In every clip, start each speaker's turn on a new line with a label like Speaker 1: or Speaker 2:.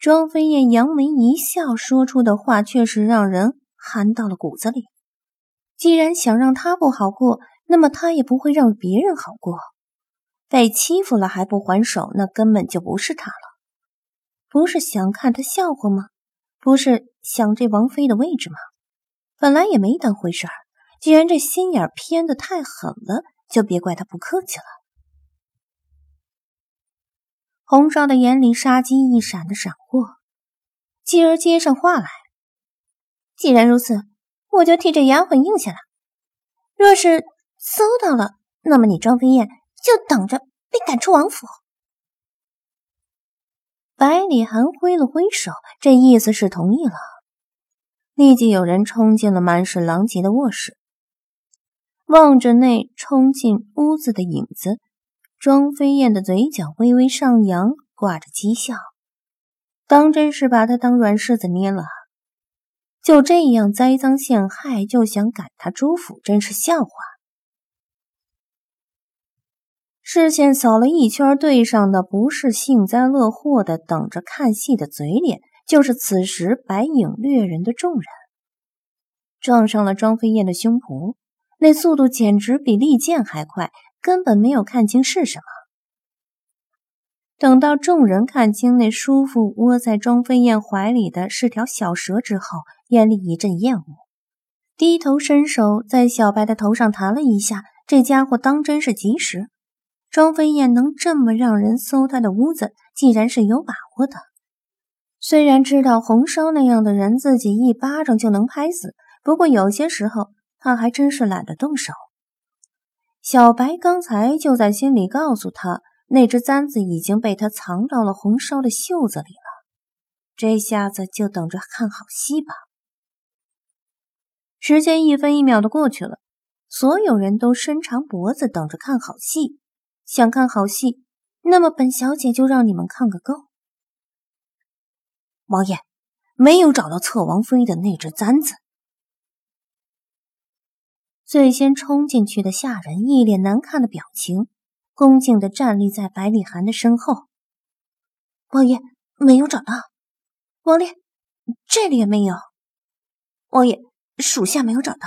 Speaker 1: 庄飞燕扬眉一笑，说出的话确实让人寒到了骨子里。既然想让他不好过，那么他也不会让别人好过。被欺负了还不还手，那根本就不是他了。不是想看他笑话吗？不是想这王妃的位置吗？本来也没当回事儿，既然这心眼偏得太狠了，就别怪他不客气了。红烧的眼里杀机一闪的闪过，继而接上话来：既然如此，我就替这丫鬟应下了。若是搜到了，那么你庄飞燕就等着被赶出王府。百里寒挥了挥手，这意思是同意了。立即有人冲进了满是狼藉的卧室，望着那冲进屋子的影子，庄飞燕的嘴角微微上扬，挂着讥笑。当真是把他当软柿子捏了，就这样栽赃陷害，就想赶他出府，真是笑话。视线扫了一圈，对上的不是幸灾乐祸的等着看戏的嘴脸，就是此时白影掠人的众人。撞上了庄飞燕的胸脯，那速度简直比利剑还快，根本没有看清是什么。等到众人看清那舒服窝在庄飞燕怀里的是条小蛇之后，眼里一阵厌恶，低头伸手在小白的头上弹了一下，这家伙当真是及时。庄飞燕能这么让人搜他的屋子，既然是有把握的。虽然知道红烧那样的人自己一巴掌就能拍死，不过有些时候他还真是懒得动手。小白刚才就在心里告诉他，那只簪子已经被他藏到了红烧的袖子里了，这下子就等着看好戏吧。时间一分一秒的过去了，所有人都伸长脖子等着看好戏。想看好戏，那么本小姐就让你们看个够。王爷，没有找到侧王妃的那只簪子。最先冲进去的下人一脸难看的表情，恭敬地站立在百里寒的身后。王爷，没有找到。王爷，这里也没有。王爷，属下没有找到。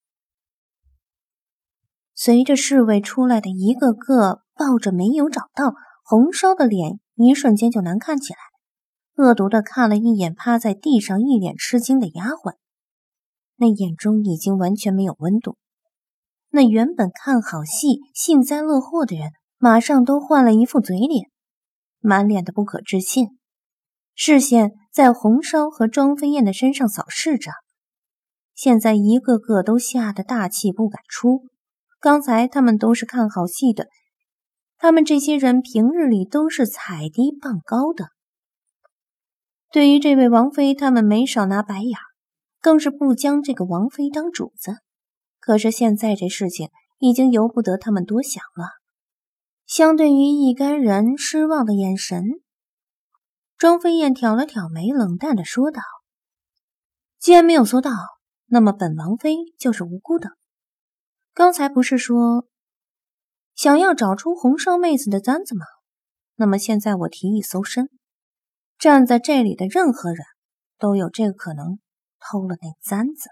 Speaker 1: 随着侍卫出来的一个个抱着没有找到，红烧的脸一瞬间就难看起来，恶毒地看了一眼趴在地上一脸吃惊的丫鬟，那眼中已经完全没有温度。那原本看好戏幸灾乐祸的人马上都换了一副嘴脸，满脸的不可置信，视线在红烧和庄飞燕的身上扫视着，现在一个个都吓得大气不敢出。刚才他们都是看好戏的，他们这些人平日里都是踩低傍高的，对于这位王妃他们没少拿白眼，更是不将这个王妃当主子。可是现在这事情已经由不得他们多想了。相对于一干人失望的眼神，庄飞燕挑了挑眉，冷淡地说道：既然没有搜到，那么本王妃就是无辜的。刚才不是说想要找出红烧妹子的簪子吗？那么现在我提议搜身，站在这里的任何人都有这个可能偷了那簪子。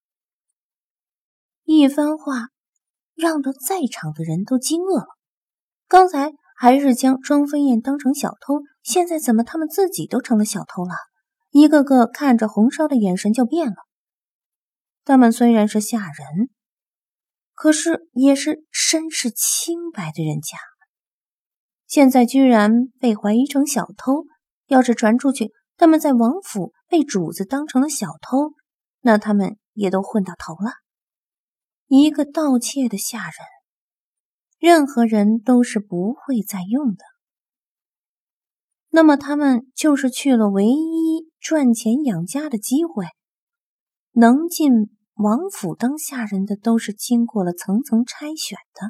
Speaker 1: 一番话让得在场的人都惊愕了，刚才还是将庄飞燕当成小偷，现在怎么他们自己都成了小偷了？一个个看着红烧的眼神就变了。他们虽然是下人，可是也是身世清白的人家，现在居然被怀疑成小偷，要是传出去他们在王府被主子当成了小偷，那他们也都混到头了。一个盗窃的下人，任何人都是不会再用的。那么他们就是去了唯一赚钱养家的机会，能进王府当下人的都是经过了层层筛选的。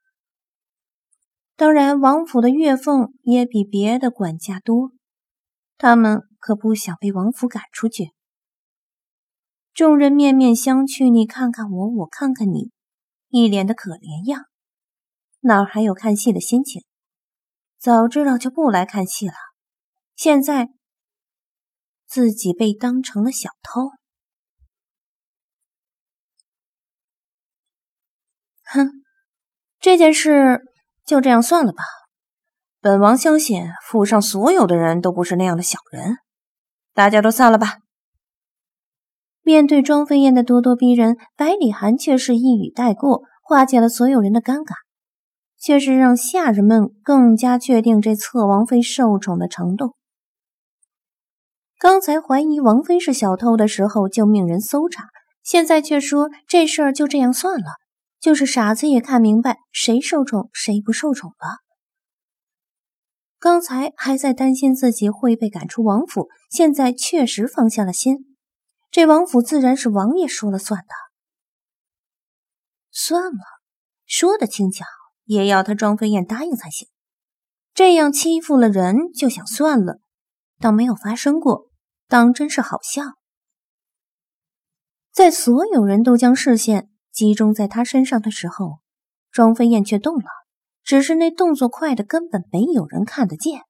Speaker 1: 当然王府的月俸也比别的管家多，他们可不想被王府赶出去。众人面面相觑，你看看我，我看看你，一脸的可怜样，哪还有看戏的心情？早知道就不来看戏了。现在自己被当成了小偷。哼，这件事就这样算了吧。本王相信府上所有的人都不是那样的小人，大家都散了吧。面对庄飞燕的咄咄逼人，百里寒却是一语带过，化解了所有人的尴尬，却是让下人们更加确定这侧王妃受宠的程度。刚才怀疑王妃是小偷的时候就命人搜查，现在却说这事儿就这样算了，就是傻子也看明白谁受宠谁不受宠了。刚才还在担心自己会被赶出王府，现在确实放下了心。这王府自然是王爷说了算的。算了，说的轻巧，也要他庄飞燕答应才行。这样欺负了人就想算了，当没有发生过，当真是好笑。在所有人都将视线集中在他身上的时候，庄飞燕却动了，只是那动作快的根本没有人看得见。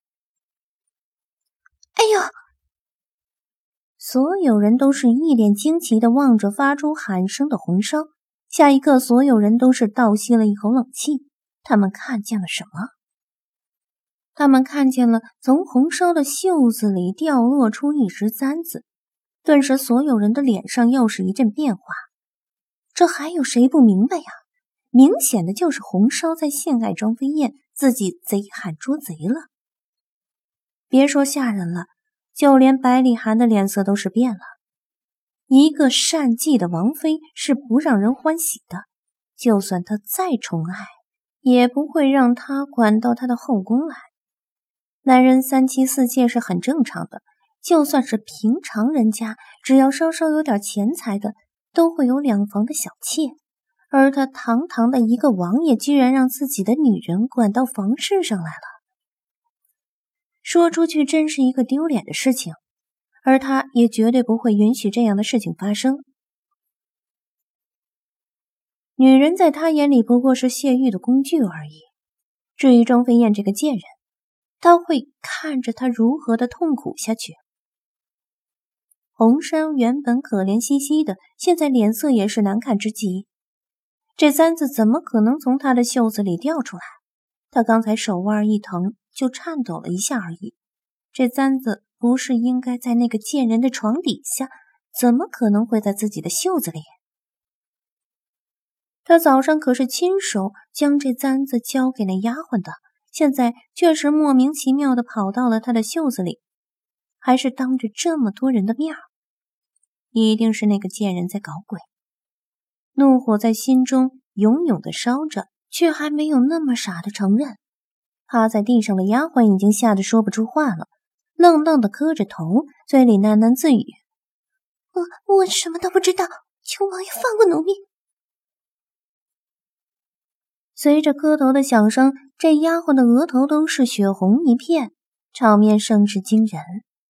Speaker 1: 哎呦！所有人都是一脸惊奇地望着发出喊声的红烧，下一刻所有人都是倒吸了一口冷气。他们看见了什么？他们看见了从红烧的袖子里掉落出一只簪子，顿时所有人的脸上又是一阵变化。这还有谁不明白呀？明显的就是红烧在陷害庄飞燕，自己贼喊捉贼了。别说下人了，就连百里寒的脸色都是变了。一个善计的王妃是不让人欢喜的，就算他再宠爱，也不会让他管到他的后宫来。男人三妻四妾是很正常的，就算是平常人家，只要稍稍有点钱财的，都会有两房的小妾。而他堂堂的一个王爷，居然让自己的女人管到房事上来了。说出去真是一个丢脸的事情，而他也绝对不会允许这样的事情发生。女人在他眼里不过是泄欲的工具而已。至于庄飞燕这个贱人，他会看着她如何的痛苦下去。红山原本可怜兮兮的，现在脸色也是难看之极。这簪子怎么可能从他的袖子里掉出来？他刚才手腕一疼，就颤抖了一下而已。这簪子不是应该在那个贱人的床底下，怎么可能会在自己的袖子里？他早上可是亲手将这簪子交给那丫鬟的，现在却是莫名其妙的跑到了他的袖子里，还是当着这么多人的面儿。一定是那个贱人在搞鬼。怒火在心中永永的烧着，却还没有那么傻的承认。趴在地上的丫鬟已经吓得说不出话了，愣愣的磕着头，嘴里喃喃自语：我什么都不知道，求王爷放过奴婢。随着磕头的响声，这丫鬟的额头都是血红一片，场面甚是惊人。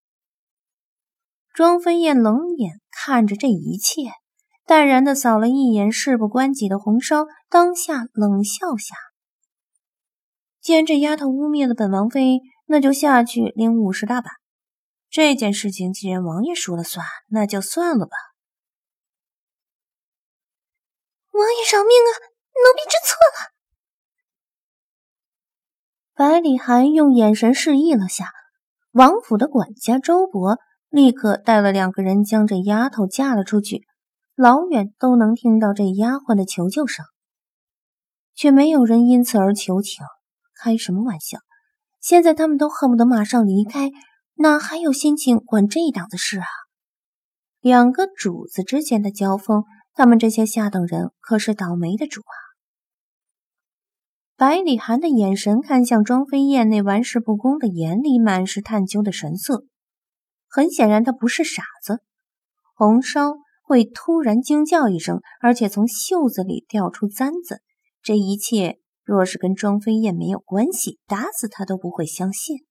Speaker 1: 庄飞燕冷眼看着这一切，淡然地扫了一眼事不关己的红烧，当下冷笑下。既然这丫头污蔑了本王妃，那就下去领50大板。这件事情既然王爷说了算，那就算了吧。王爷饶命啊，奴婢知错了。百里寒用眼神示意了下，王府的管家周伯立刻带了2个人将这丫头架了出去，老远都能听到这丫鬟的求救声，却没有人因此而求情。开什么玩笑，现在他们都恨不得马上离开，哪还有心情管这档子事啊？2个主子之间的交锋，他们这些下等人可是倒霉的主啊。百里寒的眼神看向庄飞燕那玩世不恭的眼里满是探究的神色，很显然他不是傻子。红烧会突然惊叫一声，而且从袖子里掉出簪子，这一切若是跟庄飞燕没有关系，打死他都不会相信。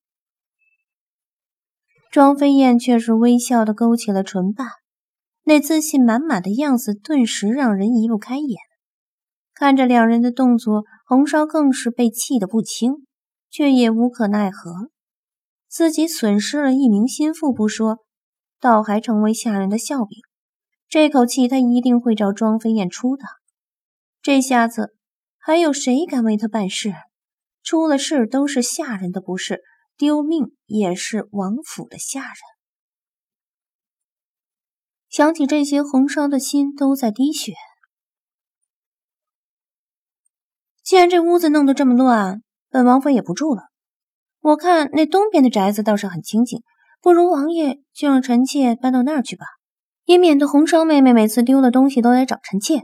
Speaker 1: 庄飞燕却是微笑地勾起了唇瓣，那自信满满的样子顿时让人移不开眼。看着2人的动作，红烧更是被气得不轻，却也无可奈何。自己损失了一名心腹不说， 倒还成为下人的笑柄。这口气他一定会找庄飞燕出的。这下子还有谁敢为他办事？出了事都是下人的不是，丢命也是王府的下人。想起这些，红烧的心都在滴血。既然这屋子弄得这么乱，本王妃也不住了。我看那东边的宅子倒是很清静，不如王爷就让臣妾搬到那儿去吧，也免得红烧妹妹每次丢了东西都来找臣妾。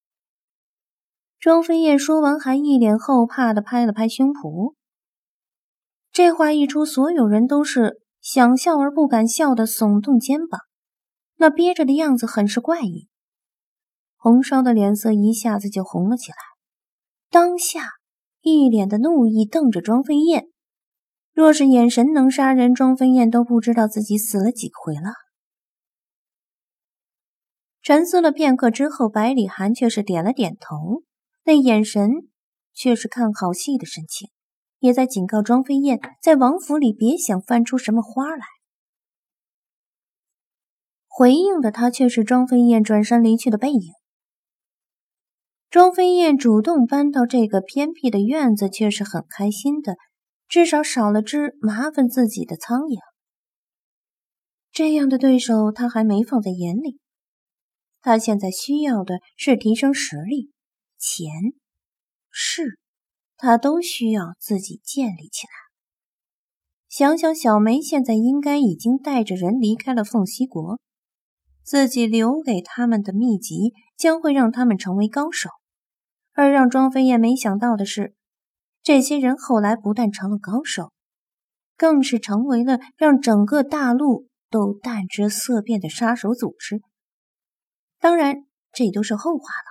Speaker 1: 庄飞燕说完，还一脸后怕的拍了拍胸脯。这话一出，所有人都是想笑而不敢笑的耸动肩膀，那憋着的样子很是怪异。红烧的脸色一下子就红了起来，当下一脸的怒意瞪着庄飞燕。若是眼神能杀人，庄飞燕都不知道自己死了几回了。沉思了片刻之后，百里寒却是点了点头，那眼神却是看好戏的神情，也在警告庄飞燕在王府里别想翻出什么花来。回应的他却是庄飞燕转身离去的背影。庄飞燕主动搬到这个偏僻的院子，却是很开心的，至少少了只麻烦自己的苍蝇。这样的对手他还没放在眼里，他现在需要的是提升实力，钱、势，他都需要自己建立起来。想想小梅现在应该已经带着人离开了凤栖国，自己留给他们的秘籍将会让他们成为高手。而让庄飞燕没想到的是，这些人后来不但成了高手，更是成为了让整个大陆都淡之色变的杀手组织。当然，这都是后话了。